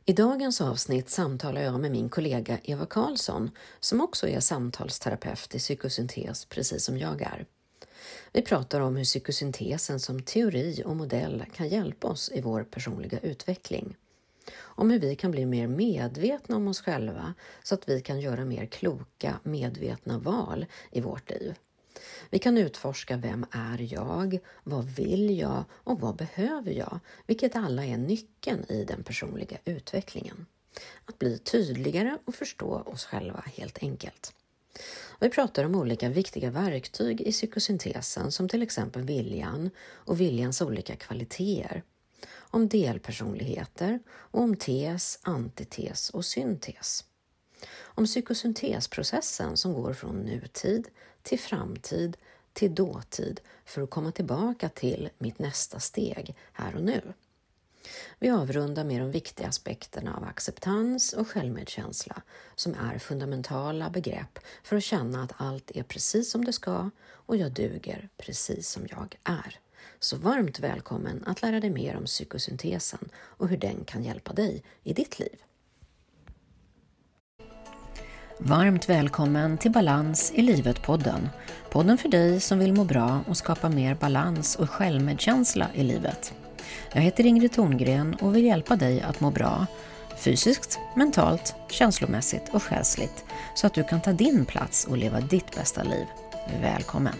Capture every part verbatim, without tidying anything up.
I dagens avsnitt samtalar jag med min kollega Eva Karlsson som också är samtalsterapeut i psykosyntes precis som jag är. Vi pratar om hur psykosyntesen som teori och modell kan hjälpa oss i vår personliga utveckling. Om hur vi kan bli mer medvetna om oss själva så att vi kan göra mer kloka, medvetna val i vårt liv. Vi kan utforska vem är jag, vad vill jag och vad behöver jag, vilket alla är nyckeln i den personliga utvecklingen. Att bli tydligare och förstå oss själva helt enkelt. Vi pratar om olika viktiga verktyg i psykosyntesen som till exempel viljan och viljans olika kvaliteter. Om delpersonligheter och om tes, antites och syntes. Om psykosyntesprocessen som går från nutid till framtid till dåtid för att komma tillbaka till mitt nästa steg här och nu. Vi avrundar med de viktiga aspekterna av acceptans och självmedkänsla som är fundamentala begrepp för att känna att allt är precis som det ska och jag duger precis som jag är. Så varmt välkommen att lära dig mer om psykosyntesen och hur den kan hjälpa dig i ditt liv. Varmt välkommen till Balans i livet-podden. Podden för dig som vill må bra och skapa mer balans och självmedkänsla i livet. Jag heter Ingrid Thorngren och vill hjälpa dig att må bra, fysiskt, mentalt, känslomässigt och själsligt så att du kan ta din plats och leva ditt bästa liv. Välkommen!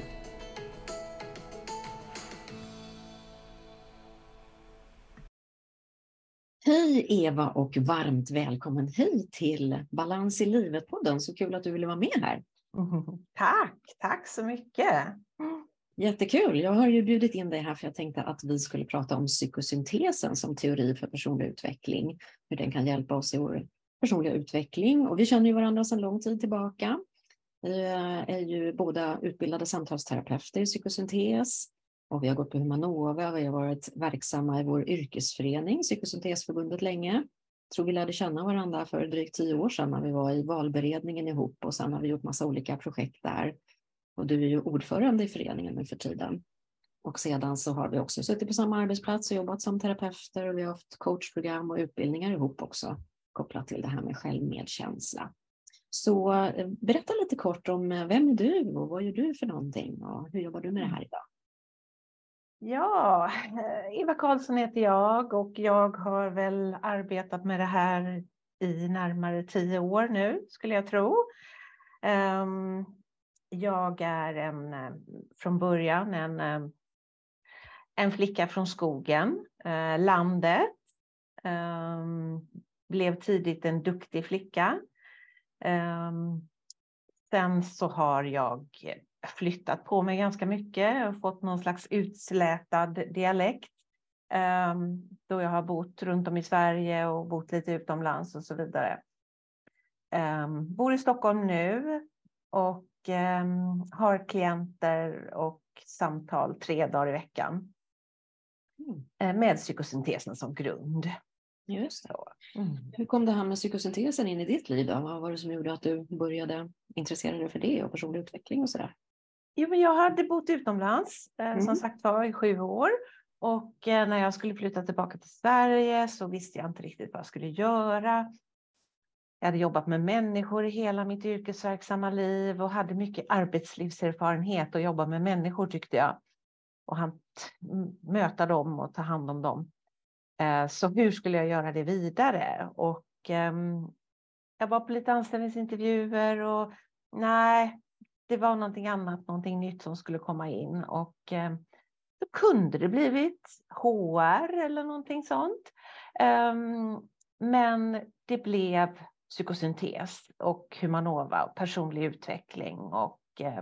Hej Eva och varmt välkommen hit till Balans i livet-podden. Så kul att du ville vara med här. Mm, tack, tack så mycket. Jättekul. Jag har ju bjudit in dig här för jag tänkte att vi skulle prata om psykosyntesen som teori för personlig utveckling. Hur den kan hjälpa oss i vår personliga utveckling. Och vi känner ju varandra sedan lång tid tillbaka. Vi är ju båda utbildade samtalsterapeuter i psykosyntes. Och vi har gått på Humanova, vi har varit verksamma i vår yrkesförening, Psykosyntesförbundet länge. Jag tror vi lärde känna varandra för drygt tio år sedan när vi var i valberedningen ihop och sen har vi gjort massa olika projekt där. Och du är ju ordförande i föreningen nu för tiden. Och sedan så har vi också suttit på samma arbetsplats och jobbat som terapeuter och vi har haft coachprogram och utbildningar ihop också kopplat till det här med självmedkänsla. Så berätta lite kort om vem är du och vad gör du för någonting och hur jobbar du med det här idag? Ja, Eva Karlsson heter jag och jag har väl arbetat med det här i närmare tio år nu skulle jag tro. Jag är en, från början en, en flicka från skogen, landet. Blev tidigt en duktig flicka. Sen så har jag flyttat på mig ganska mycket. Jag har fått någon slags utslätad dialekt. Um, då jag har bott runt om i Sverige och bott lite utomlands och så vidare. Um, bor i Stockholm nu och um, har klienter och samtal tre dagar i veckan. Mm. Med psykosyntesen som grund. Just det. Mm. Hur kom det här med psykosyntesen in i ditt liv då? Vad var det som gjorde att du började intressera dig för det och personlig utveckling och sådär? Jo, men jag hade bott utomlands Mm. som sagt var i sju år. Och när jag skulle flytta tillbaka till Sverige så visste jag inte riktigt vad jag skulle göra. Jag hade jobbat med människor i hela mitt yrkesverksamma liv och hade mycket arbetslivserfarenhet och jobba med människor tyckte jag. Och han möta dem och ta hand om dem. Så hur skulle jag göra det vidare? Och jag var på lite anställningsintervjuer och nej, det var någonting annat, någonting nytt som skulle komma in. Och då kunde det blivit H R eller någonting sånt. Men det blev psykosyntes och Humanova och personlig utveckling. Och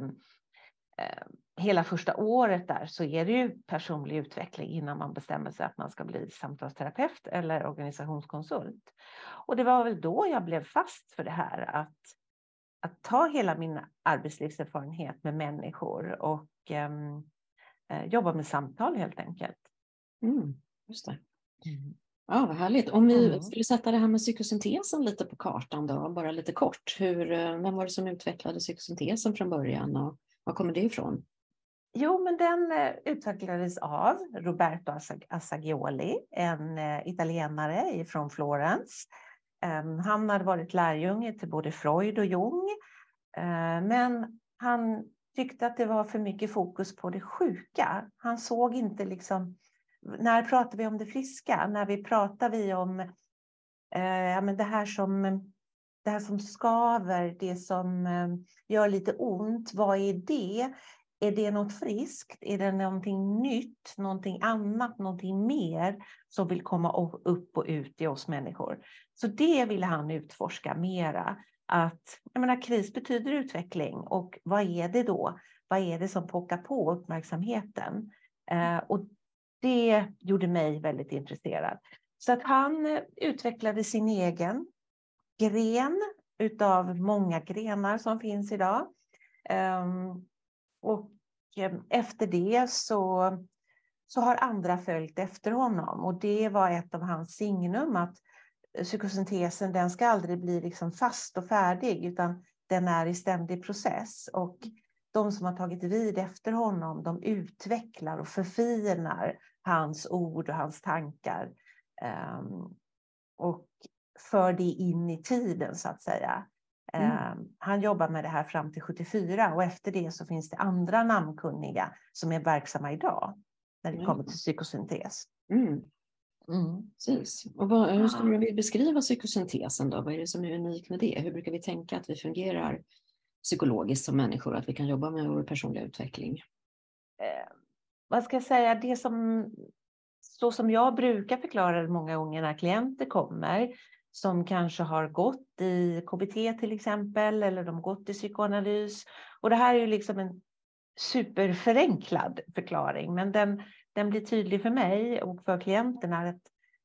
hela första året där så är det ju personlig utveckling innan man bestämmer sig att man ska bli samtalsterapeut eller organisationskonsult. Och det var väl då jag blev fast för det här att, att ta hela min arbetslivserfarenhet med människor och eh, jobba med samtal helt enkelt. Mm, just det. Mm. Ja, vad härligt. Om vi Mm. skulle sätta det här med psykosyntesen lite på kartan då, bara lite kort. Hur, vem var det som utvecklade psykosyntesen från början och var kommer det ifrån? Jo, men den eh, utvecklades av Roberto Assagioli, en eh, italienare från Florens. Um, han hade varit lärjunge till både Freud och Jung. Uh, men han tyckte att det var för mycket fokus på det sjuka. Han såg inte liksom, när pratar vi om det friska? När vi pratar vi om uh, ja, men det här som... Det här som skaver, det som uh, gör lite ont, vad är det? Är det något friskt? Är det någonting nytt, någonting annat, någonting mer som vill komma upp och ut i oss människor? Så det ville han utforska mera. Att, jag menar, kris betyder utveckling, och vad är det då? Vad är det som pockar på uppmärksamheten? Eh, och det gjorde mig väldigt intresserad. Så att han utvecklade sin egen gren utav många grenar som finns idag. Um, och efter det så, så har andra följt efter honom. Och det var ett av hans signum, att psykosyntesen, den ska aldrig bli liksom fast och färdig, utan den är i ständig process. Och de som har tagit vid efter honom, de utvecklar och förfinar hans ord och hans tankar. Um, och för det in i tiden, så att säga. Mm. Um, han jobbar med det här fram till sjuttiofyra, och efter det så finns det andra namnkunniga som är verksamma idag när det mm. kommer till psykosyntes. Mm. Mm. Precis. Och vad, hur skulle du vilja beskriva psykosyntesen då? Vad är det som är unikt med det? Hur brukar vi tänka att vi fungerar psykologiskt som människor, att vi kan jobba med vår personliga utveckling? Eh, vad ska jag säga? Det som, så som jag brukar förklara det många gånger när klienter kommer, som kanske har gått i K B T till exempel, eller de har gått i psykoanalys. Och det här är ju liksom en superförenklad förklaring, men den, den blir tydlig för mig och för klienterna. Att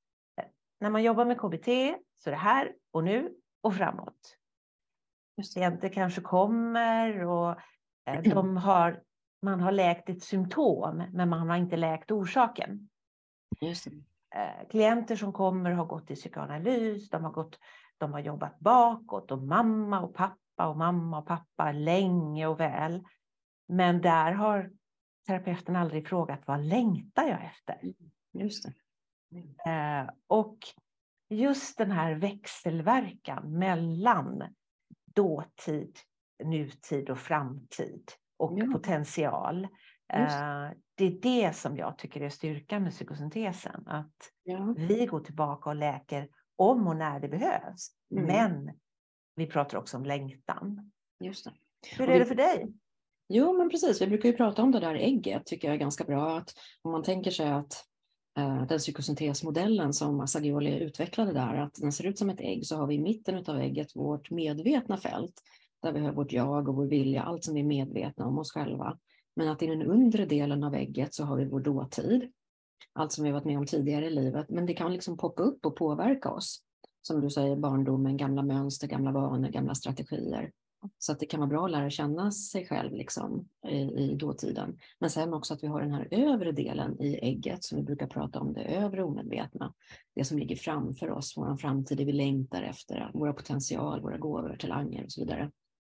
när man jobbar med K B T så är det här och nu och framåt. Klienter kanske kommer och de har, man har läkt ett symptom, men man har inte läkt orsaken. Just det. Klienter som kommer har gått i psykoanalys, de har, gått, de har jobbat bakåt, och mamma och pappa och mamma och pappa länge och väl. Men där har terapeuten aldrig frågat, vad längtar jag efter? Just det. Mm. Och just den här växelverkan mellan dåtid, nutid och framtid och ja. potential. Uh, det är det som jag tycker är styrkan med psykosyntesen. Att ja. vi går tillbaka och läker om och när det behövs. Mm. Men vi pratar också om längtan. Just det. Hur är vi, det för dig? Jo, men precis. Vi brukar ju prata om det där ägget, tycker jag är ganska bra. Att om man tänker sig att uh, den psykosyntesmodellen som Assagioli utvecklade där, att den ser ut som ett ägg, så har vi i mitten av ägget vårt medvetna fält. Där vi har vårt jag och vår vilja, allt som vi är medvetna om oss själva. Men att i den undre delen av ägget så har vi vår dåtid. Allt som vi varit med om tidigare i livet. Men det kan liksom poppa upp och påverka oss. Som du säger, barndomen, gamla mönster, gamla vanor, gamla strategier. Så att det kan vara bra att lära känna sig själv liksom i, i dåtiden. Men sen också att vi har den här övre delen i ägget som vi brukar prata om, det övre omedvetna. Det som ligger framför oss, vår framtid, det vi längtar efter, våra potential, våra gåvor, talanger och så vidare.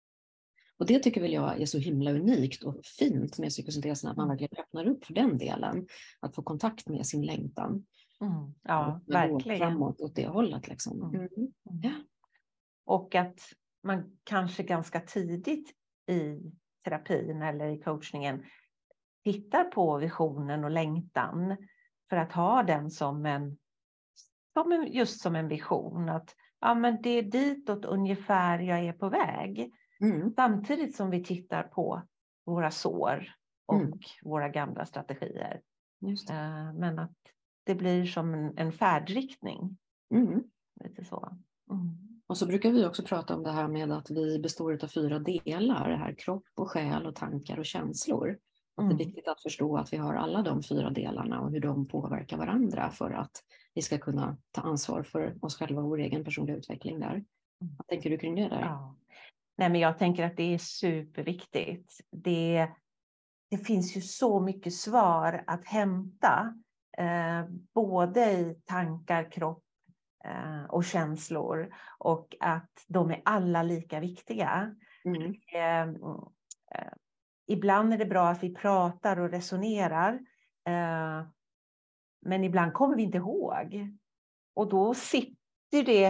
Och det tycker väl jag är så himla unikt och fint med psykosyntesen, att man verkligen öppnar upp för den delen. Att få kontakt med sin längtan. Mm, ja, och verkligen. Framåt åt det hållet liksom. Mm. Mm. Ja. Och att man kanske ganska tidigt i terapin eller i coachningen tittar på visionen och längtan. För att ha den som en, som en just som en vision. Att ja, men det är ditåt ungefär jag är på väg. Mm. Samtidigt som vi tittar på våra sår och mm. våra gamla strategier. Just det. Men att det blir som en, en färdriktning. Mm. Lite så. Mm. Och så brukar vi också prata om det här med att vi består av fyra delar. Det här kropp och själ och tankar och känslor. Mm. Det är viktigt att förstå att vi har alla de fyra delarna och hur de påverkar varandra för att vi ska kunna ta ansvar för oss själva och vår egen personliga utveckling där. Vad tänker du kring det där? Ja. Nej, men jag tänker att det är superviktigt. Det, det finns ju så mycket svar att hämta. Eh, både i tankar, kropp eh, och känslor. Och att de är alla lika viktiga. Mm. Eh, ibland är det bra att vi pratar och resonerar. Eh, men ibland kommer vi inte ihåg. Och då sitter det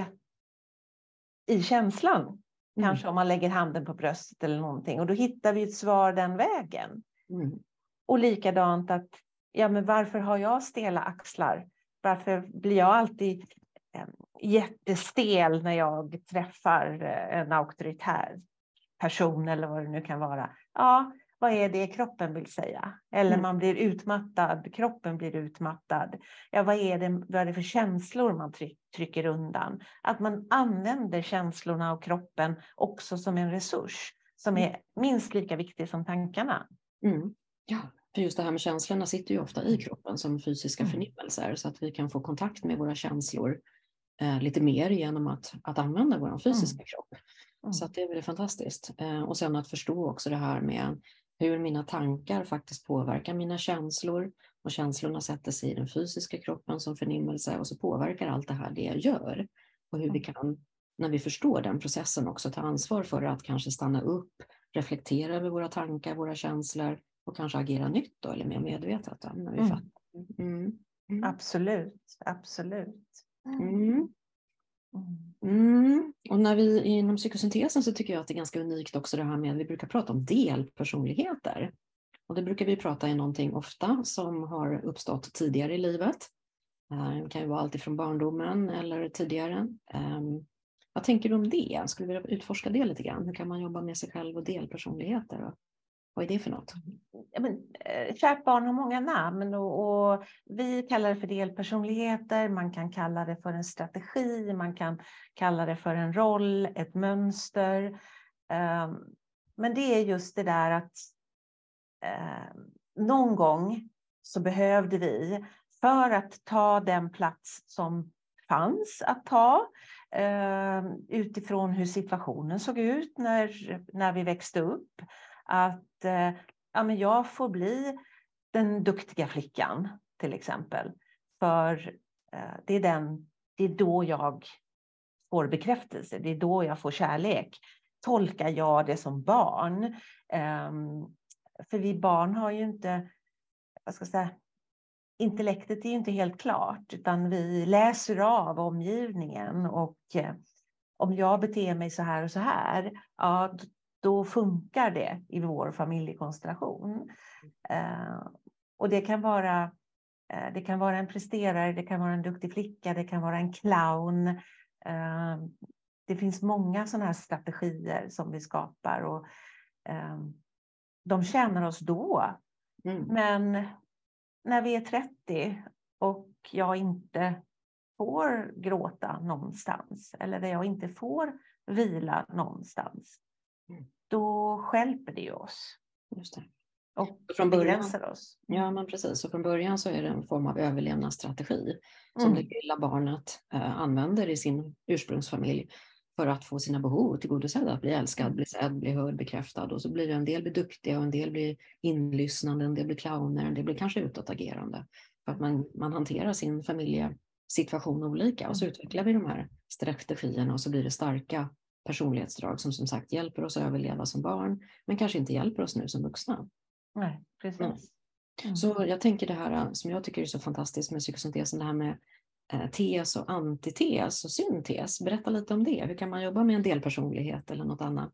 i känslan. Mm. Kanske om man lägger handen på bröstet eller någonting. Och då hittar vi ett svar den vägen. Mm. Och likadant att, ja men varför har jag stela axlar? Varför blir jag alltid eh, jättestel när jag träffar en auktoritär person eller vad det nu kan vara? Ja, vad är det kroppen vill säga? Eller Mm. man blir utmattad, kroppen blir utmattad. Ja, vad är det, vad är det för känslor man tryck, trycker undan? Att man använder känslorna och kroppen också som en resurs som är minst lika viktig som tankarna. Mm. Ja, för just det här med känslorna sitter ju ofta i kroppen som fysiska Mm. förnimmelser, så att vi kan få kontakt med våra känslor eh, lite mer genom att, att använda vår fysiska Mm. kropp. Mm. Så att det är väldigt fantastiskt. Eh, och sen att förstå också det här med hur mina tankar faktiskt påverkar mina känslor, och känslorna sätter sig i den fysiska kroppen som förnimmelse, och så påverkar allt det här det jag gör. Och hur vi kan, när vi förstår den processen, också ta ansvar för att kanske stanna upp, reflektera över våra tankar, våra känslor, och kanske agera nytt då, eller mer medvetet då, när vi Mm. fattar. Mm. Mm. Absolut, absolut. Mm. Mm. Och när vi inom psykosyntesen så tycker jag att det är ganska unikt också det här med att vi brukar prata om delpersonligheter. Och det brukar vi prata i någonting ofta som har uppstått tidigare i livet. Det kan ju vara allt ifrån barndomen eller tidigare. Vad tänker du om det? Skulle vi vilja utforska det lite grann? Hur kan man jobba med sig själv och delpersonligheter? Vad är det för något? Ja, men, eh, kärt barn har många namn och, och vi kallar det för delpersonligheter. Man kan kalla det för en strategi. Man kan kalla det för en roll, ett mönster. Eh, men det är just det där att eh, någon gång så behövde vi, för att ta den plats som fanns att ta eh, utifrån hur situationen såg ut när, när vi växte upp, att eh, ja, men jag får bli den duktiga flickan till exempel. För eh, det, är den, det är då jag får bekräftelse. Det är då jag får kärlek. Tolkar jag det som barn. Eh, för vi barn har ju inte, vad ska jag säga, intellektet är ju inte helt klart. Utan vi läser av omgivningen. Och eh, om jag beter mig så här och så här, ja, då funkar det i vår familjekonstellation. Eh, och det kan vara, eh, det kan vara en presterare, det kan vara en duktig flicka, det kan vara en clown. Eh, det finns många sådana här strategier som vi skapar, och eh, de tjänar oss då. Mm. Men när vi är trettio och jag inte får gråta någonstans, eller där jag inte får vila någonstans, Mm. då stjälper det oss. Just det. Och Från begränsar början, oss. ja, men precis. Så från början så är det en form av överlevnadsstrategi som Mm. det lilla barnet eh, använder i sin ursprungsfamilj för att få sina behov tillgodosedda, att bli älskad, bli sedd, bli hörd, bekräftad. Och så blir det en del blir duktiga och en del blir inlyssnande, en del blir clowner, en del blir kanske utåtagerande. För att man, man hanterar sin familjesituation olika, och så utvecklar vi de här strategierna, och så blir det starka personlighetsdrag som som sagt hjälper oss att överleva som barn, men kanske inte hjälper oss nu som vuxna. Nej, precis. Mm. Mm. Så jag tänker det här som jag tycker är så fantastiskt med psykosyntesen, det här med eh, tes och antites och syntes. Berätta lite om det. Hur kan man jobba med en delpersonlighet eller något annat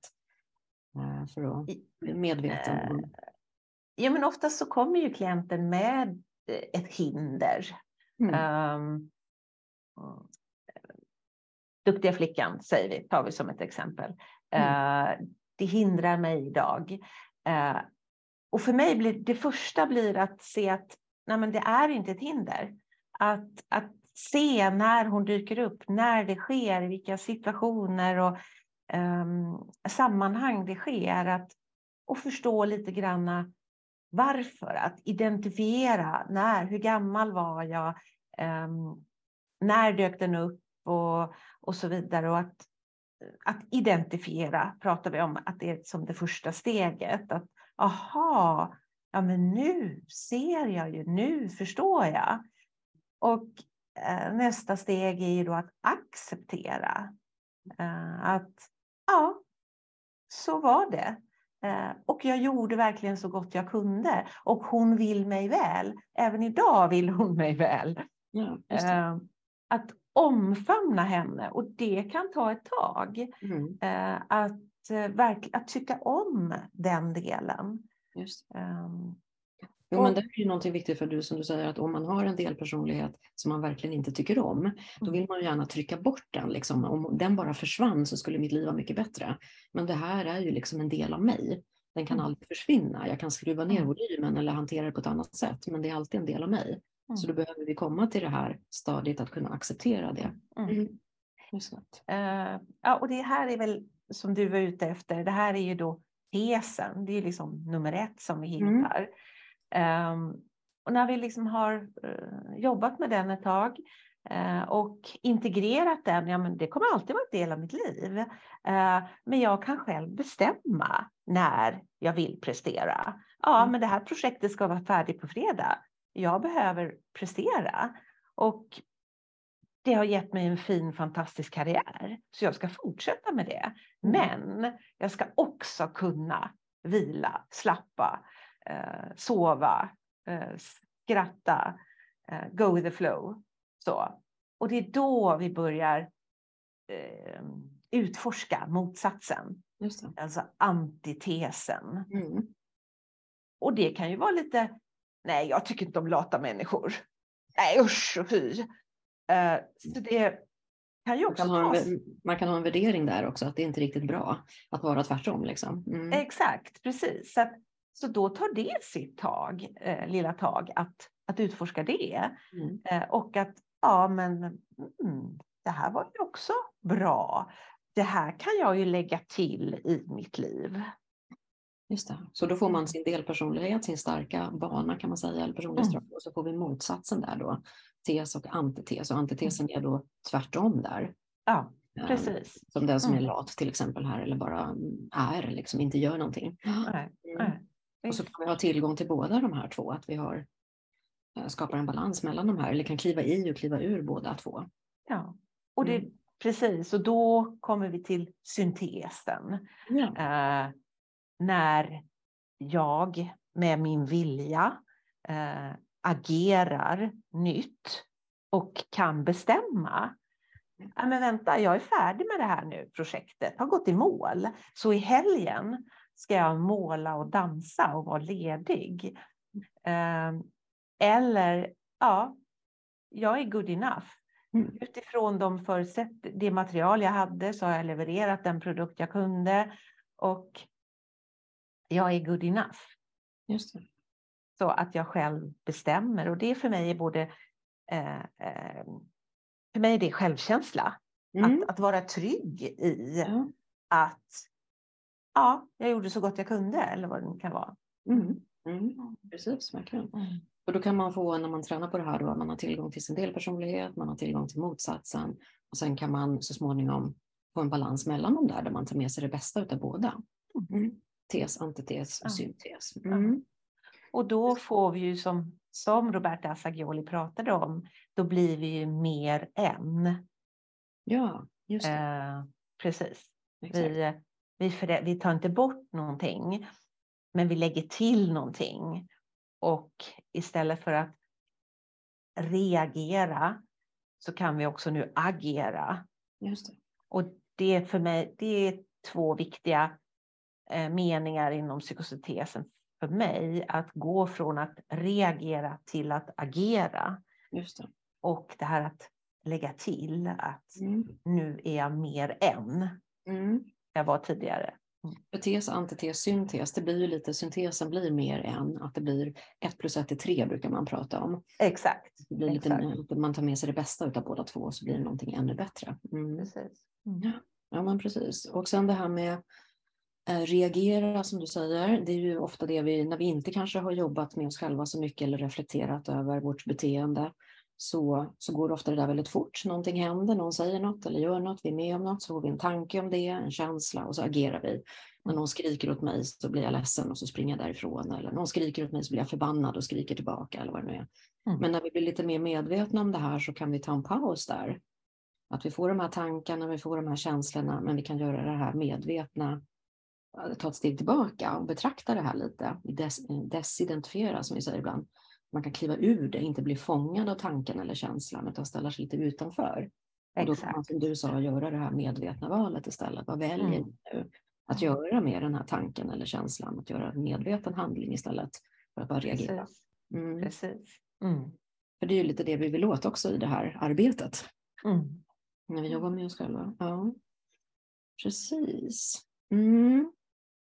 eh, för att bli medveten? Eh, ja, men oftast så kommer ju klienten med ett hinder. Mm. Um, duktiga flickan, säger vi, tar vi som ett exempel. Mm. Uh, det hindrar mig idag. Uh, och för mig blir det första blir att se att nej, men det är inte ett hinder. Att, att se när hon dyker upp, när det sker, vilka situationer och um, sammanhang det sker. Att, och förstå lite granna varför. Att identifiera när, hur gammal var jag, um, när dök den upp och, och så vidare. Och att, att identifiera pratar vi om att det är som det första steget. Att aha, ja men nu ser jag ju, nu förstår jag. Och eh, nästa steg är ju då att acceptera. Eh, att ja, så var det. Eh, och jag gjorde verkligen så gott jag kunde. Och hon vill mig väl. Även idag vill hon mig väl. Ja, just det. Eh, att omfamna henne. Och det kan ta ett tag. Mm. Eh, att, eh, verk, att tycka om den delen. Just det. Um, Jo, och, men det är ju någonting viktigt för du som du säger, att om man har en delpersonlighet som man verkligen inte tycker om, då vill man ju gärna trycka bort den. Liksom. Om den bara försvann så skulle mitt liv vara mycket bättre. Men det här är ju liksom en del av mig. Den kan Mm. aldrig försvinna. Jag kan skruva ner Mm. volymen eller hantera det på ett annat sätt. Men det är alltid en del av mig. Mm. Så då behöver vi komma till det här stadiet att kunna acceptera det. Mm. Mm. Just det. Uh, ja, och det här är väl som du var ute efter. Det här är ju då tesen. Det är liksom nummer ett som vi hittar. Mm. Um, och när vi liksom har uh, jobbat med den ett tag uh, och integrerat den, ja men det kommer alltid vara en del av mitt liv. Uh, men jag kan själv bestämma när jag vill prestera. Ja, mm. men det här projektet ska vara färdigt på fredag. Jag behöver prestera. Och det har gett mig en fin, fantastisk karriär. Så jag ska fortsätta med det. Mm. Men jag ska också kunna vila, slappa, eh, sova, eh, skratta, eh, go with the flow. Så. Och det är då vi börjar eh, utforska motsatsen. Just det. Alltså antitesen. Mm. Och det kan ju vara lite, nej jag tycker inte om lata människor. Nej usch och fy. Uh, så det kan ju också man kan, ha tas... en, man kan ha en värdering där också, att det inte är riktigt bra att vara tvärtom. Liksom. Mm. Exakt, precis. Så, att, så då tar det sitt tag, eh, lilla tag, att, att utforska det. Mm. Eh, och att, ja men, mm, det här var ju också bra. Det här kan jag ju lägga till i mitt liv. Just det. Så då får man sin delpersonlighet, sin starka bana kan man säga, eller personlighetsdrag. Mm. Och så får vi motsatsen där då, tes och antites. Och antitesen mm. är då tvärtom där. Ja, precis. Um, som den som mm. är lat till exempel här, eller bara är, liksom inte gör någonting. Nej, mm. nej. Och så kan vi ha tillgång till båda de här två, att vi har, uh, skapar en balans mellan de här, eller kan kliva i och kliva ur båda två. Ja, och det, mm. precis. Och då kommer vi till syntesen. Ja. Uh, när jag med min vilja eh, agerar nytt och kan bestämma. Ja, men vänta, jag är färdig med det här nu, projektet har gått i mål. Så i helgen ska jag måla och dansa och vara ledig. Eh, eller, ja, jag är good enough. Mm. Utifrån de förutsätt det material jag hade så har jag levererat den produkt jag kunde. Och jag är good enough. Just det. Så att jag själv bestämmer. Och det för mig är både eh, eh, för mig är det självkänsla. Mm. Att, att vara trygg i mm. att ja, jag gjorde så gott jag kunde. Eller vad det kan vara. Mm. Mm. Precis, verkligen. Mm. Och då kan man få, när man tränar på det här, då, man har tillgång till sin delpersonlighet, man har tillgång till motsatsen. Och sen kan man så småningom få en balans mellan dem där, där man tar med sig det bästa utav båda. Mm. Tes, antites och ja. syntes. Mm. Ja. Och då får vi ju som, som Roberta Assagioli pratade om, då blir vi ju mer än. Ja, just det. Eh, precis. Vi, vi, för, vi tar inte bort någonting, men vi lägger till någonting. Och istället för att reagera så kan vi också nu agera. Just det. Och det för mig, det är två viktiga meningar inom psykosyntesen för mig, att gå från att reagera till att agera. Just det. Och det här att lägga till att mm. nu är jag mer än mm. jag var tidigare. Mm. För tes, antites, syntes, det blir ju lite, syntesen blir mer än, att det blir ett plus ett är tre brukar man prata om. Exakt. Det blir lite, Exakt. Man tar med sig det bästa utav båda två, så blir det någonting ännu bättre. Mm. Precis. Mm. Ja, men precis. Och sen det här med reagera som du säger, det är ju ofta det vi, när vi inte kanske har jobbat med oss själva så mycket eller reflekterat över vårt beteende, så, så går det ofta det där väldigt fort. Någonting händer, någon säger något eller gör något, vi är med om något, så får vi en tanke om det, en känsla och så agerar vi. När någon skriker åt mig så blir jag ledsen och så springer jag därifrån, eller någon skriker åt mig så blir jag förbannad och skriker tillbaka eller vad det nu är. Mm. Men när vi blir lite mer medvetna om det här så kan vi ta en paus där. Att vi får de här tankarna, vi får de här känslorna, men vi kan göra det här medvetna ta ett steg tillbaka och betrakta det här lite, des, desidentifiera som vi säger ibland. Man kan kliva ur det, inte bli fångad av tanken eller känslan, utan ställa sig lite utanför. Och då kan man, som du sa, göra det här medvetna valet istället. Vad väljer Mm. jag nu? Att göra med den här tanken eller känslan, att göra en medveten handling istället för att bara reagera. Precis. Mm. Precis. Mm. För det är ju lite det vi vill åt också i det här arbetet. Mm. När vi jobbar med oss själva. Ja, precis. Mm.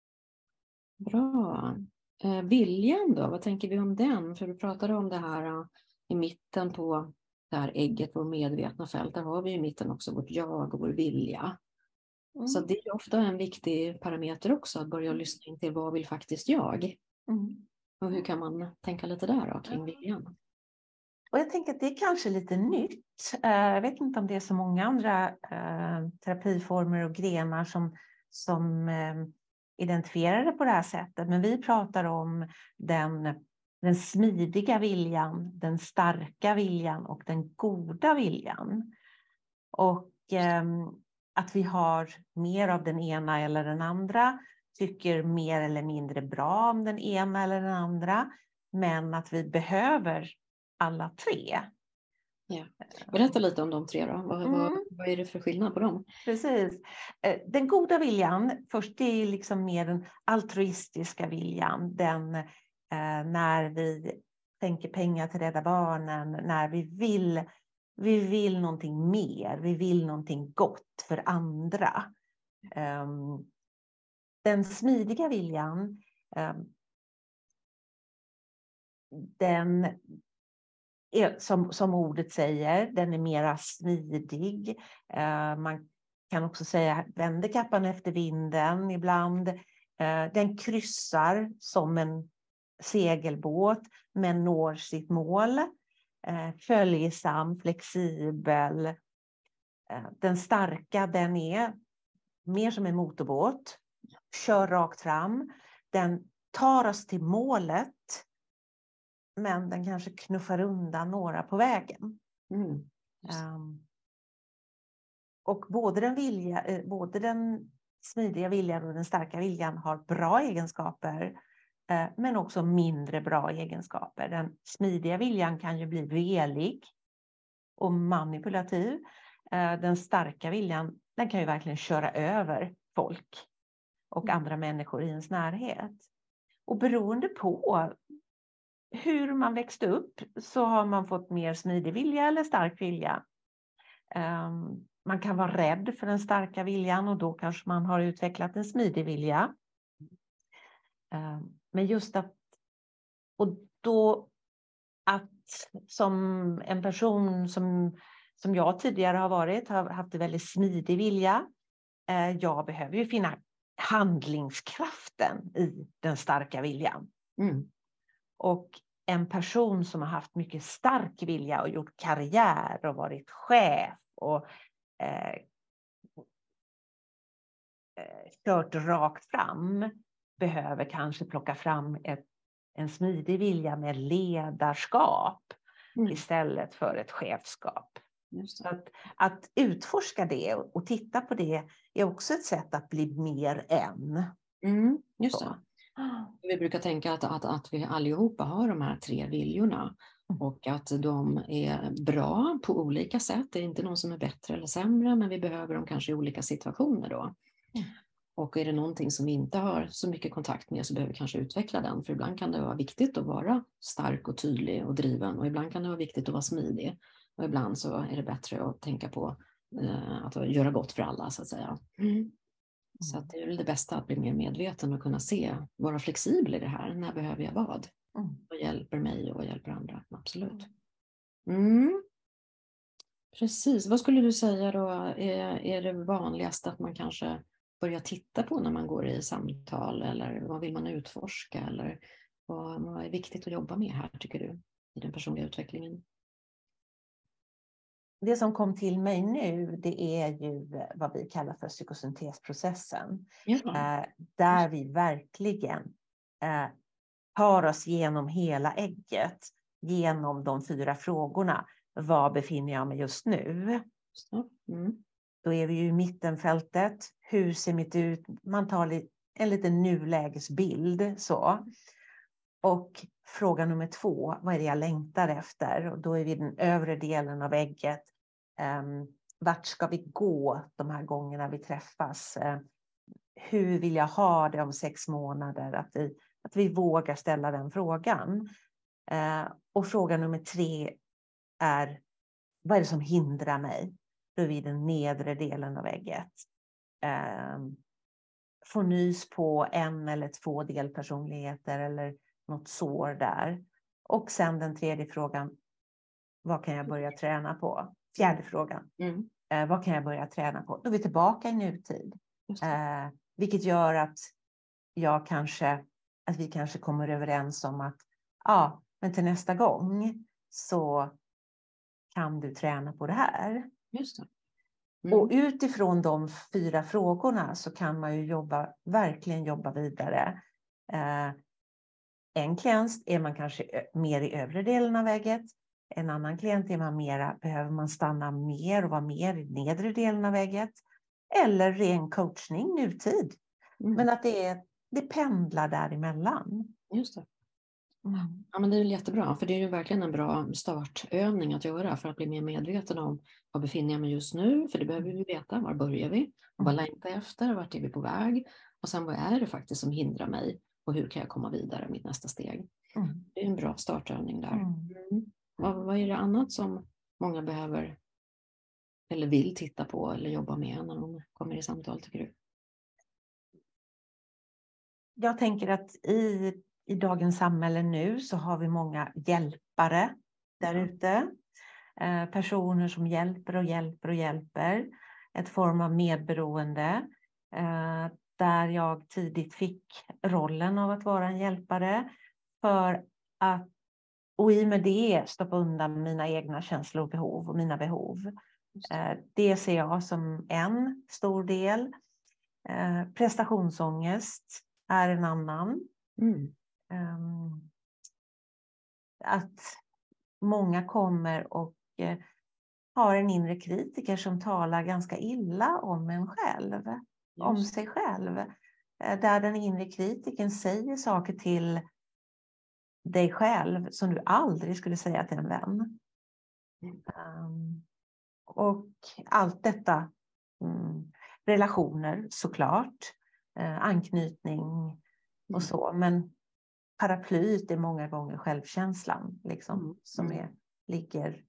Bra. Eh, viljan då, vad tänker vi om den? För du pratade om det här uh, i mitten på det här ägget, vår medvetna fält. Där har vi i mitten också vårt jag och vår vilja. Mm. Så det är ofta en viktig parameter också, att börja lyssna in till vad vill faktiskt jag? Mm. Och hur kan man tänka lite där då, kring viljan? Och jag tänker att det är kanske lite nytt. Jag vet inte om det är så många andra eh, terapiformer och grenar som, som eh, identifierar det på det här sättet. Men vi pratar om den, den smidiga viljan, den starka viljan och den goda viljan. Och eh, att vi har mer av den ena eller den andra, tycker mer eller mindre bra om den ena eller den andra. Men att vi behöver alla tre. Ja. Berätta lite om de tre då. Vad, Mm. vad, vad är det för skillnad på dem? Precis. Den goda viljan, först det är liksom mer den altruistiska viljan. Den eh, när vi tänker pengar till Rädda Barnen, när vi vill, vi vill någonting mer, vi vill någonting gott för andra. Um, den smidiga viljan, um, den är, som, som ordet säger, den är mera smidig. Uh, man kan också säga vänder kappan efter vinden ibland. Uh, den kryssar som en segelbåt men når sitt mål. Uh, följsam, flexibel. Uh, den starka, den är mer som en motorbåt. Kör rakt fram. Den tar oss till målet. Men den kanske knuffar undan några på vägen. Mm. Um, och både den, vilja, eh, både den smidiga viljan och den starka viljan har bra egenskaper. Eh, men också mindre bra egenskaper. Den smidiga viljan kan ju bli velig och manipulativ. Eh, den starka viljan, den kan ju verkligen köra över folk och Mm. andra människor i ens närhet. Och beroende på hur man växte upp så har man fått mer smidig vilja eller stark vilja. Um, man kan vara rädd för den starka viljan och då kanske man har utvecklat en smidig vilja. Um, men just att, och då att som en person som, som jag tidigare har varit, har haft en väldigt smidig vilja. Uh, jag behöver ju finna handlingskraften i den starka viljan. Mm. Och en person som har haft mycket stark vilja och gjort karriär och varit chef och eh, kört rakt fram behöver kanske plocka fram ett, en smidig vilja med ledarskap mm. istället för ett chefskap. Just det. Så att, att utforska det och titta på det är också ett sätt att bli mer än. Mm, just det. Vi brukar tänka att, att, att vi allihopa har de här tre viljorna och att de är bra på olika sätt. Det är inte någon som är bättre eller sämre, men vi behöver dem kanske i olika situationer då. Mm. Och är det någonting som vi inte har så mycket kontakt med så behöver vi kanske utveckla den. För ibland kan det vara viktigt att vara stark och tydlig och driven och ibland kan det vara viktigt att vara smidig. Och ibland så är det bättre att tänka på eh, att göra gott för alla så att säga. Mm. Så att det är väl det bästa att bli mer medveten och kunna se, vara flexibel i det här. När behöver jag vad? Mm. Vad hjälper mig och vad hjälper andra? Absolut. Mm. Precis. Vad skulle du säga då är, är det vanligaste att man kanske börjar titta på när man går i samtal? Eller vad vill man utforska? Eller vad, vad är viktigt att jobba med här tycker du i den personliga utvecklingen? Det som kom till mig nu, det är ju vad vi kallar för psykosyntesprocessen. Ja. Eh, där vi verkligen eh, tar oss genom hela ägget, genom de fyra frågorna. Var befinner jag mig just nu? Mm. Då är vi ju i mittenfältet. Hur ser mitt ut? Man tar li- en liten nulägesbild så. Och fråga nummer två, vad är det jag längtar efter? Och då är vi den övre delen av ägget. Um, vart ska vi gå de här gångerna vi träffas? Uh, hur vill jag ha det om sex månader? Att vi, att vi vågar ställa den frågan. Uh, och fråga nummer tre är, vad är det som hindrar mig? Då är vi den nedre delen av ägget. Um, få nys på en eller två delpersonligheter eller något sår där. Och sen den tredje frågan, vad kan jag börja träna på? Fjärde frågan, Mm. eh, vad kan jag börja träna på? Då är vi tillbaka i nutid. Eh, vilket gör att jag kanske, att vi kanske kommer överens om att ja, men till nästa gång så kan du träna på det här. Just det. Mm. Och utifrån de fyra frågorna så kan man ju jobba, verkligen jobba vidare. Eh, en klient är man kanske mer i övre delen av vägget. En annan klient är man mera, behöver man stanna mer och vara mer i nedre delen av vägget. Eller ren coachning nutid. Mm. Men att det, är, det pendlar däremellan. Just det. Mm. Ja, men det är jättebra, för det är ju verkligen en bra startövning att göra för att bli mer medveten om vad befinner jag mig just nu, för det behöver vi veta, var börjar vi, och vad längtar jag efter, vart är vi på väg, och sen vad är det faktiskt som hindrar mig och hur kan jag komma vidare, mitt nästa steg. Mm. Det är en bra startövning där. Mm. Vad, vad är det annat som många behöver eller vill titta på eller jobba med när de kommer i samtal, tycker du? Jag tänker att i I dagens samhälle nu så har vi många hjälpare där ute. Eh, personer som hjälper och hjälper och hjälper. Ett form av medberoende. Eh, där jag tidigt fick rollen av att vara en hjälpare. För att, och i och med det stoppa undan mina egna känslor och behov och mina behov. Eh, det ser jag som en stor del. Eh, prestationsångest är en annan. Mm. Um, att många kommer och uh, har en inre kritiker som talar ganska illa om en själv. Just. Om sig själv. Uh, där den inre kritiken säger saker till dig själv som du aldrig skulle säga till en vän. Mm. Um, och allt detta, um, relationer såklart, uh, anknytning och mm. så, men paraplyet är många gånger självkänslan liksom, mm. som är, ligger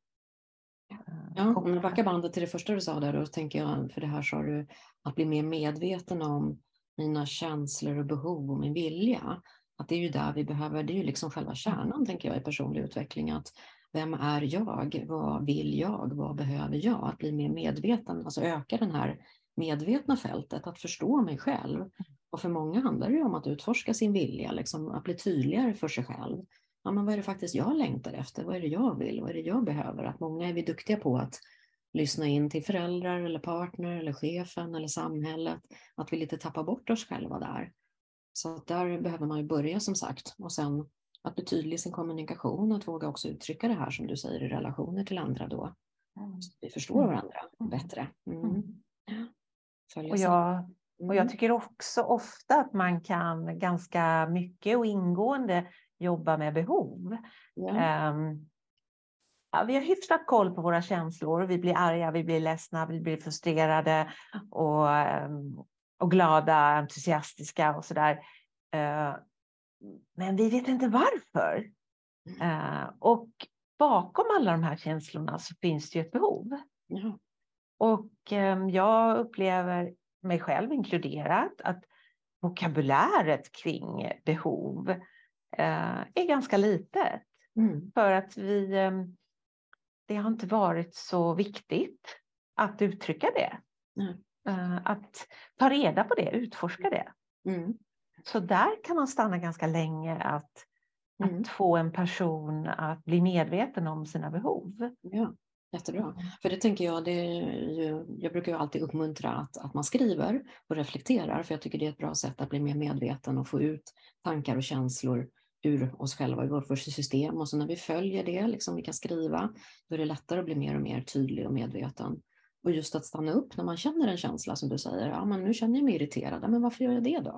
uh, ja, om jag backar bandet till det första du sa där, då tänker jag, för det här sa du, att bli mer medveten om mina känslor och behov och min vilja. Att det är ju där vi behöver, det är ju liksom själva kärnan, tänker jag, i personlig utveckling. Att vem är jag? Vad vill jag? Vad behöver jag? Att bli mer medveten, alltså öka den här medvetna fältet, att förstå mig själv. Och för många handlar det om att utforska sin vilja, liksom, att bli tydligare för sig själv. Ja, men vad är det faktiskt jag längtar efter? Vad är det jag vill? Vad är det jag behöver? Att många är vi duktiga på att lyssna in till föräldrar eller partner eller chefen eller samhället. Att vi lite tappar bort oss själva där. Så där behöver man ju börja, som sagt. Och sen att bli tydlig i sin kommunikation. Att våga också uttrycka det här som du säger i relationer till andra då. Så vi förstår varandra bättre. Mm. Och jag... Och jag tycker också ofta att man kan ganska mycket och ingående jobba med behov. Ja. Um, ja, vi har hyfsat koll på våra känslor. Vi blir arga, vi blir ledsna, vi blir frustrerade och, um, och glada, entusiastiska och sådär. Uh, men vi vet inte varför. Uh, och bakom alla de här känslorna så finns det ju ett behov. Ja. Och um, jag upplever mig själv inkluderat, att vokabuläret kring behov eh, är ganska litet. Mm. För att vi, eh, det har inte varit så viktigt att uttrycka det. Mm. Eh, att ta reda på det, utforska det. Mm. Så där kan man stanna ganska länge att, mm. att få en person att bli medveten om sina behov. Ja. Jättebra. För det tänker jag, det är ju, jag brukar ju alltid uppmuntra att, att man skriver och reflekterar, för jag tycker det är ett bra sätt att bli mer medveten och få ut tankar och känslor ur oss själva i vårt system. Och så när vi följer det, liksom vi kan skriva, då är det lättare att bli mer och mer tydlig och medveten. Och just att stanna upp när man känner en känsla som du säger, ja men nu känner jag mig irriterad, men varför gör jag det då?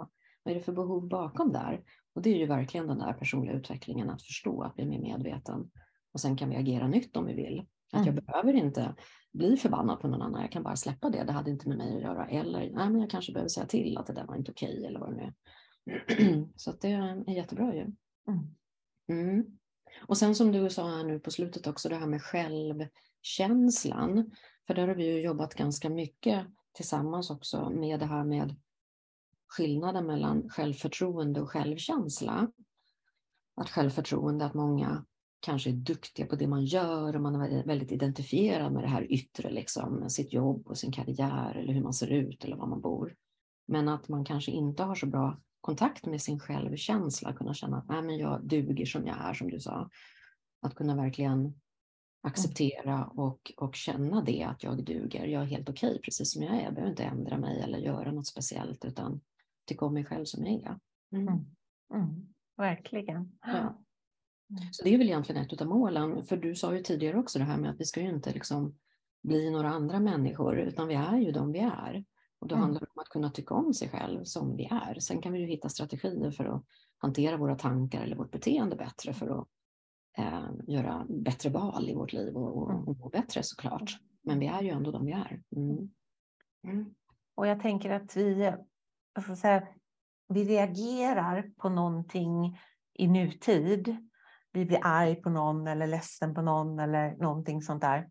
vad är det för behov bakom där? Och det är ju verkligen den där personliga utvecklingen, att förstå, att bli mer medveten. Och sen kan vi agera nytt om vi vill. Att jag Mm. behöver inte bli förbannad på någon annan, jag kan bara släppa det, det hade inte med mig att göra. Eller nej, men jag kanske behöver säga till att det där var inte okej, eller vad det nu är. Så att det är jättebra ju. Mm. Mm. Och sen som du sa här nu på slutet också, det här med självkänslan. För där har vi ju jobbat ganska mycket tillsammans också med det här med skillnaden mellan självförtroende och självkänsla. Att självförtroende, att många kanske är duktiga på det man gör och man är väldigt identifierad med det här yttre, liksom, med sitt jobb och sin karriär eller hur man ser ut eller var man bor. Men att man kanske inte har så bra kontakt med sin självkänsla, kunna känna att nej, men jag duger som jag är, som du sa. Att kunna verkligen acceptera och, och känna det, att jag duger, jag är helt okej precis som jag är, jag behöver inte ändra mig eller göra något speciellt, utan tycka om mig själv som jag är. Mm. Mm. Mm. Verkligen. Ja. Så det är väl egentligen ett av målen, för du sa ju tidigare också det här med att vi ska ju inte liksom bli några andra människor, utan vi är ju de vi är. Och då Mm. handlar det om att kunna tycka om sig själv som vi är. Sen kan vi ju hitta strategier för att hantera våra tankar eller vårt beteende bättre, för att eh, göra bättre val i vårt liv och, och, och må bättre såklart. Men vi är ju ändå de vi är. Mm. Mm. Och jag tänker att vi, alltså så här, vi reagerar på någonting i nutid. Vi blir arg på någon eller ledsen på någon eller någonting sånt där.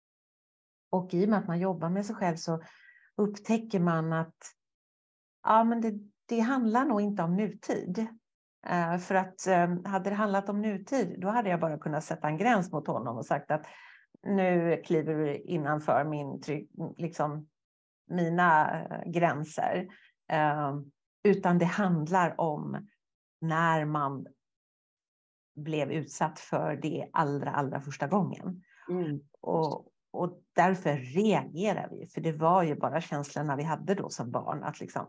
Och i och med att man jobbar med sig själv så upptäcker man att ja, men det, det handlar nog inte om nutid. Uh, för att um, hade det handlat om nutid, då hade jag bara kunnat sätta en gräns mot honom och sagt att nu kliver du innanför min tryck, liksom mina uh, gränser. Uh, utan det handlar om när man blev utsatt för det allra, allra första gången. Mm. Och, och därför reagerar vi. För det var ju bara känslorna vi hade då som barn. Att liksom,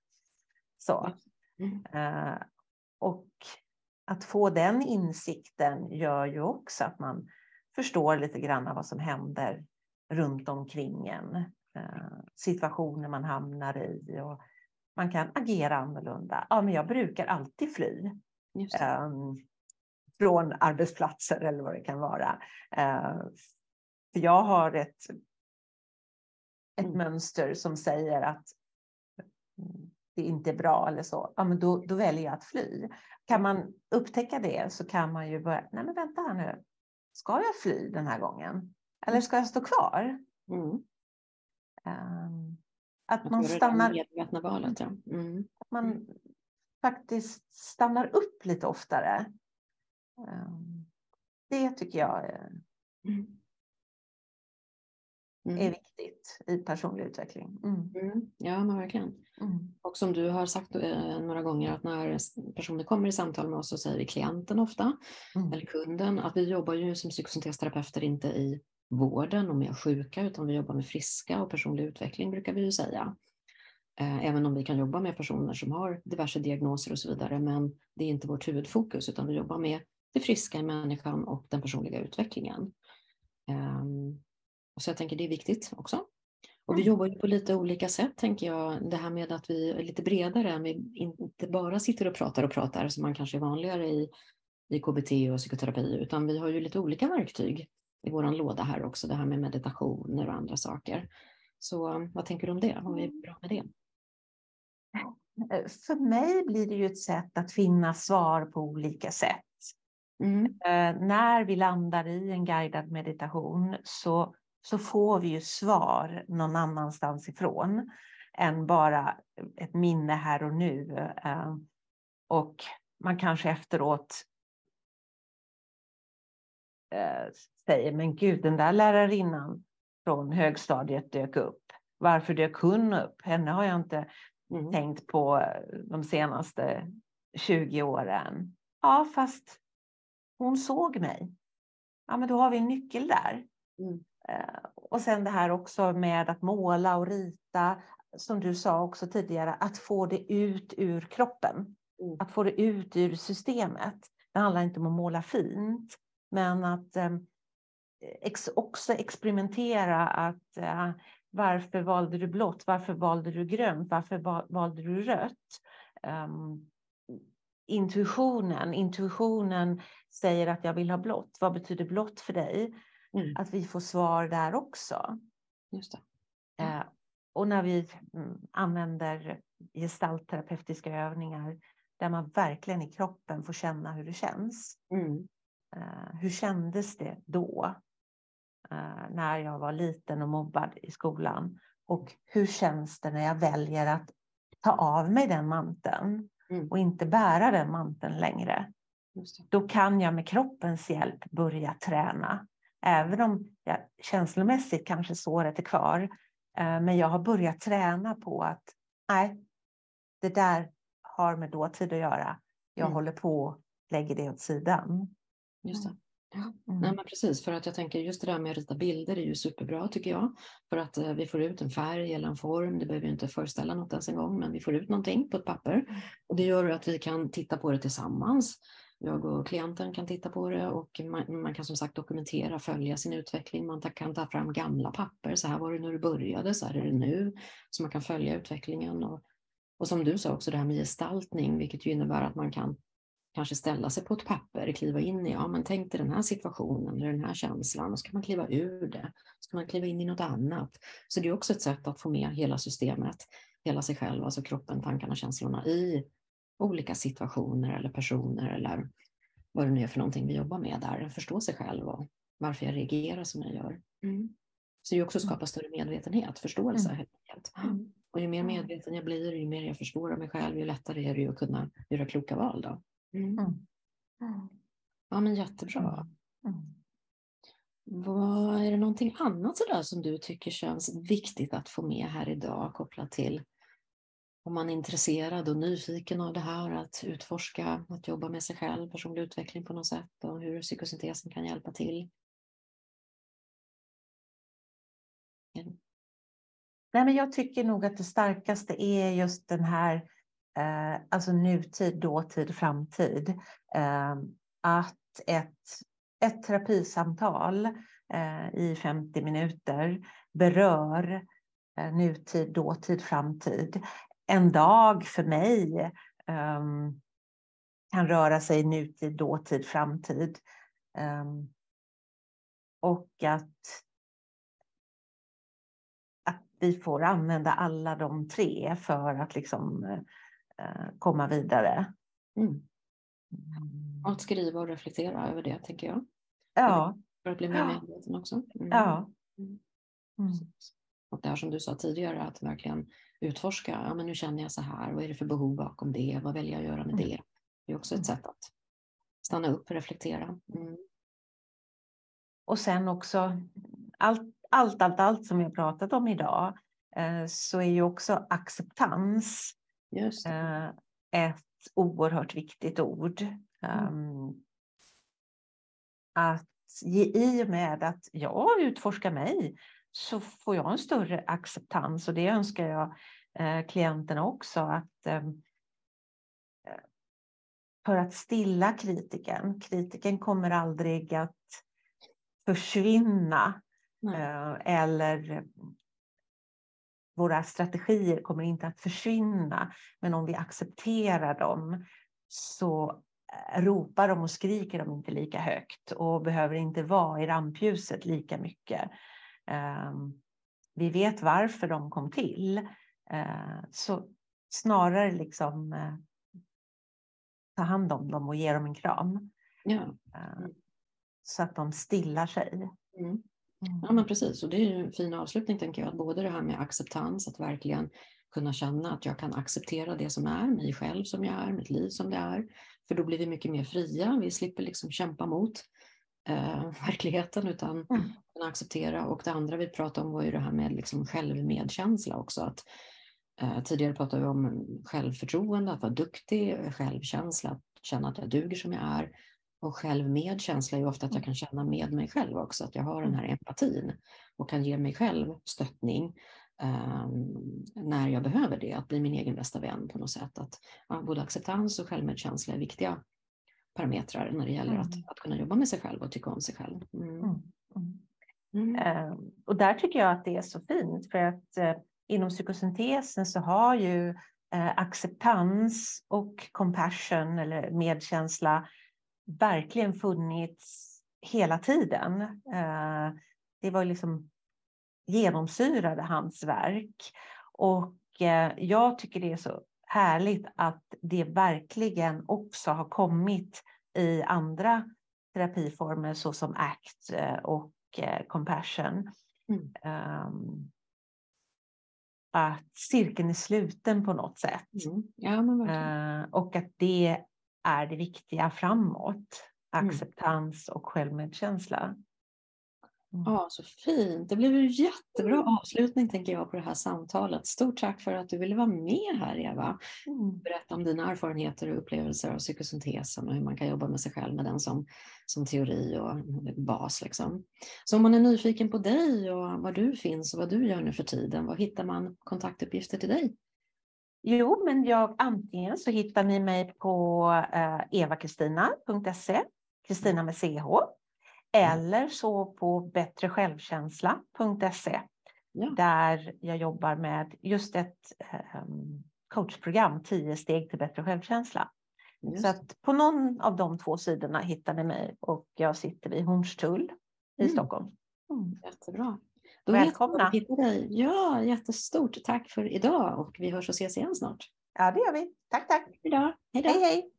så. Mm. Uh, och att få den insikten gör ju också att man förstår lite grann av vad som händer runt omkring en. Uh, situationer man hamnar i. Och man kan agera annorlunda. Ja, men jag brukar alltid fly. Just det. Um, från arbetsplatser eller vad det kan vara. Uh, för jag har ett, ett Mm. mönster som säger att det inte är bra eller så. Ja, men då, då väljer jag att fly. Kan man upptäcka det så kan man ju börja, nej men vänta här nu. Ska jag fly den här gången? Eller ska jag stå kvar? Mm. Um, att Att man göra stannar. det medvetna valet, ja. Mm. Att man faktiskt stannar upp lite oftare. Um, det tycker jag är, Mm. Mm. är viktigt i personlig utveckling. Mm. Mm. Ja, men verkligen. Mm. Och som du har sagt eh, några gånger, att när personer kommer i samtal med oss så säger vi klienten ofta, Mm. eller kunden, att vi jobbar ju som psykosyntesteterapeuter inte i vården och med sjuka, utan vi jobbar med friska, och personlig utveckling brukar vi ju säga. Eh, även om vi kan jobba med personer som har diverse diagnoser och så vidare, men det är inte vårt huvudfokus, utan vi jobbar med det friska i människan och den personliga utvecklingen. Um, och så jag tänker det är viktigt också. Och vi jobbar ju på lite olika sätt, tänker jag. Det här med att vi är lite bredare än vi inte bara sitter och pratar och pratar som man kanske är vanligare i, i K B T och psykoterapi, utan vi har ju lite olika verktyg i våran låda här också. Det här med meditationer och andra saker. Så vad tänker du om det? Vad är bra med det? För mig blir det ju ett sätt att finna svar på olika sätt. Mm. Eh, när vi landar i en guidad meditation så, så får vi ju svar någon annanstans ifrån än bara ett minne här och nu. Eh, och man kanske efteråt eh, säger, men gud, den där lärarinnan från högstadiet dök upp. Varför dök hon upp? Henne har jag inte Mm. tänkt på de senaste tjugo åren. Ja, fast hon såg mig. Ja, men då har vi en nyckel där. Mm. Eh, och sen det här också med att måla och rita. Som du sa också tidigare. Att få det ut ur kroppen. Mm. Att få det ut ur systemet. Det handlar inte om att måla fint. Men att eh, ex- också experimentera. Att eh, varför valde du blått? Varför valde du grönt? Varför va- valde du rött? um, intuitionen. Intuitionen säger att jag vill ha blått. Vad betyder blått för dig? Mm. Att vi får svar där också. Just det. Eh, och när vi mm, använder gestaltterapeutiska övningar där man verkligen i kroppen får känna hur det känns. Mm. Eh, hur kändes det då? Eh, när jag var liten och mobbad i skolan. Och hur känns det när jag väljer att ta av mig den manteln? Mm. Och inte bära den manteln längre. Just det. Då kan jag med kroppens hjälp börja träna. Även om jag känslomässigt kanske såret är kvar. Eh, men jag har börjat träna på att nej, det där har med dåtid att göra. Jag Mm. håller på, lägger det åt sidan. Just det. Ja. Mm. Nej, men precis, för att jag tänker just det där med att rita bilder är ju superbra tycker jag. För att eh, vi får ut en färg eller en form, det behöver ju inte föreställa något ens en gång, men vi får ut någonting på ett papper. Och det gör att vi kan titta på det tillsammans. Jag och klienten kan titta på det och man, man kan som sagt dokumentera, följa sin utveckling. Man ta, kan ta fram gamla papper, så här var det när du började, så här är det nu. Så man kan följa utvecklingen. Och, och som du sa också det här med gestaltning, vilket ju innebär att man kan kanske ställa sig på ett papper, kliva in i, ja men tänk dig den här situationen eller den här känslan, och så kan man kliva ur det, så kan man kliva in i något annat. Så det är också ett sätt att få med hela systemet, hela sig själv, alltså kroppen, tankarna, känslorna i olika situationer eller personer eller vad det nu är för någonting vi jobbar med där, förstå sig själv och varför jag reagerar som jag gör. Mm. Så det är också att skapa större medvetenhet, förståelse helt enkelt. Mm. Och ju mer medveten jag blir, ju mer jag förstår av mig själv, ju lättare är det ju att kunna göra kloka val då. Mm. Mm. Ja men jättebra. Mm. Vad, är det någonting annat sådär som du tycker känns viktigt att få med här idag kopplat till om man är intresserad och nyfiken av det här, att utforska, att jobba med sig själv, personlig utveckling på något sätt och hur psykosyntesen kan hjälpa till? Mm. Nej, men jag tycker nog att det starkaste är just den här eh, alltså nutid, dåtid, framtid. Eh, att ett, ett terapisamtal eh, i femtio minuter berör eh, nutid, dåtid, framtid. En dag för mig eh, kan röra sig nutid, dåtid, framtid. Eh, och att att vi får använda alla de tre för att liksom eh, komma vidare. Mm. Och att skriva och reflektera över det, tänker jag. Ja. För att bli mer medveten också. Mm. Ja. Mm. Mm. Och det här som du sa tidigare, att verkligen utforska, ja men nu känner jag så här, vad är det för behov bakom det, vad väljer jag att göra med det? Det är också ett sätt att stanna upp och reflektera. Mm. Och sen också allt, allt, allt, allt som vi har pratat om idag, eh, så är ju också acceptans Just det. eh, ett oerhört viktigt ord. Mm. Um, att ge, i och med att jag utforskar mig så får jag en större acceptans, och det önskar jag eh, klienterna också, att eh, för att stilla kritiken. Kritiken kommer aldrig att försvinna. Eh, eller våra strategier kommer inte att försvinna. Men om vi accepterar dem så ropar de och skriker de inte lika högt. Och behöver inte vara i rampljuset lika mycket. Eh, vi vet varför de kom till. Eh, så snarare liksom eh, ta hand om dem och ge dem en kram. Ja. Mm. Så att de stillar sig. Mm. Ja men precis, och det är ju en fin avslutning tänker jag, att både det här med acceptans, att verkligen kunna känna att jag kan acceptera det som är, mig själv som jag är, mitt liv som det är, för då blir vi mycket mer fria, vi slipper liksom kämpa mot eh, verkligheten utan mm. kunna acceptera. Och det andra vi pratade om var ju det här med liksom självmedkänsla också, att eh, tidigare pratade vi om självförtroende, att vara duktig, självkänsla, att känna att jag duger som jag är. Och självmedkänsla är ju ofta att jag kan känna med mig själv också, att jag har den här empatin och kan ge mig själv stöttning um, när jag behöver det, att bli min egen bästa vän på något sätt. Att ja, både acceptans och självmedkänsla är viktiga parametrar när det gäller mm. att, att kunna jobba med sig själv och tycka om sig själv. Mm. Mm. Mm. Mm. Och där tycker jag att det är så fint, för att eh, inom psykosyntesen så har ju eh, acceptans och compassion eller medkänsla verkligen funnits hela tiden. Eh, det var liksom genomsyrade hans verk. Och eh, jag tycker det är så härligt att det verkligen också har kommit i andra terapiformer såsom A C T och eh, compassion. Mm. Um, att cirkeln är sluten på något sätt. Mm. Ja, men verkligen. Uh, och att det är det viktiga framåt. Acceptans mm. och självmedkänsla. Mm. Ja, så fint. Det blev ju jättebra avslutning tänker jag på det här samtalet. Stort tack för att du ville vara med här, Eva. Mm. Berätta om dina erfarenheter och upplevelser av psykosyntesen och hur man kan jobba med sig själv med den som, som teori och bas. Liksom. Så om man är nyfiken på dig och var du finns och vad du gör nu för tiden, var hittar man kontaktuppgifter till dig? Jo, men jag antingen så hittar ni mig på uh, eva kristina punkt se, Kristina med C H. Eller så på bättre självkänsla punkt se. Ja. Där jag jobbar med just ett um, coachprogram, tio steg till bättre självkänsla. Just. Så att på någon av de två sidorna hittar ni mig och jag sitter vid Hornstull i mm. Stockholm. Mm. Jättebra. Då välkomna. Dig. Ja, jättestort tack för idag och vi hörs och ses igen snart. Ja, det gör vi. Tack, tack. Hejdå. Hejdå. Hej, hej.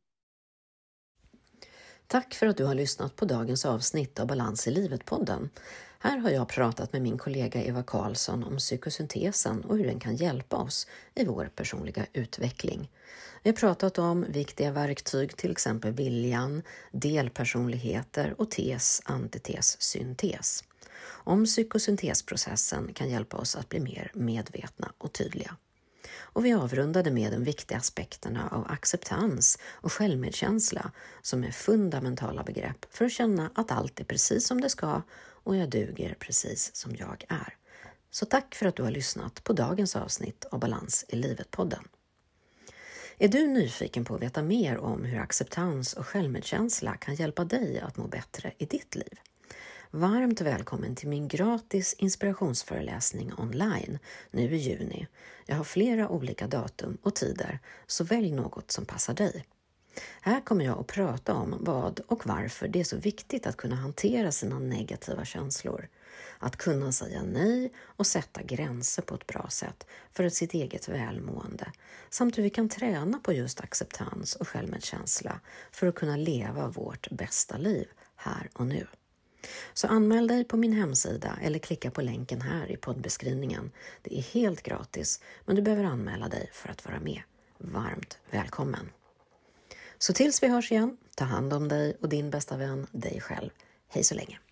Tack för att du har lyssnat på dagens avsnitt av Balans i livet-podden. Här har jag pratat med min kollega Eva Karlsson om psykosyntesen och hur den kan hjälpa oss i vår personliga utveckling. Vi har pratat om viktiga verktyg, till exempel viljan, delpersonligheter och tes, antites, syntes. Om psykosyntesprocessen kan hjälpa oss att bli mer medvetna och tydliga. Och vi avrundade med de viktiga aspekterna av acceptans och självmedkänsla som är fundamentala begrepp för att känna att allt är precis som det ska och jag duger precis som jag är. Så tack för att du har lyssnat på dagens avsnitt av Balans i livet-podden. Är du nyfiken på att veta mer om hur acceptans och självmedkänsla kan hjälpa dig att må bättre i ditt liv? Varmt välkommen till min gratis inspirationsföreläsning online nu i juni. Jag har flera olika datum och tider, så välj något som passar dig. Här kommer jag att prata om vad och varför det är så viktigt att kunna hantera sina negativa känslor. Att kunna säga nej och sätta gränser på ett bra sätt för sitt eget välmående. Samt hur vi kan träna på just acceptans och självmedkänsla för att kunna leva vårt bästa liv här och nu. Så anmäl dig på min hemsida eller klicka på länken här i poddbeskrivningen. Det är helt gratis, men du behöver anmäla dig för att vara med. Varmt välkommen! Så tills vi hörs igen, ta hand om dig och din bästa vän, dig själv. Hej så länge!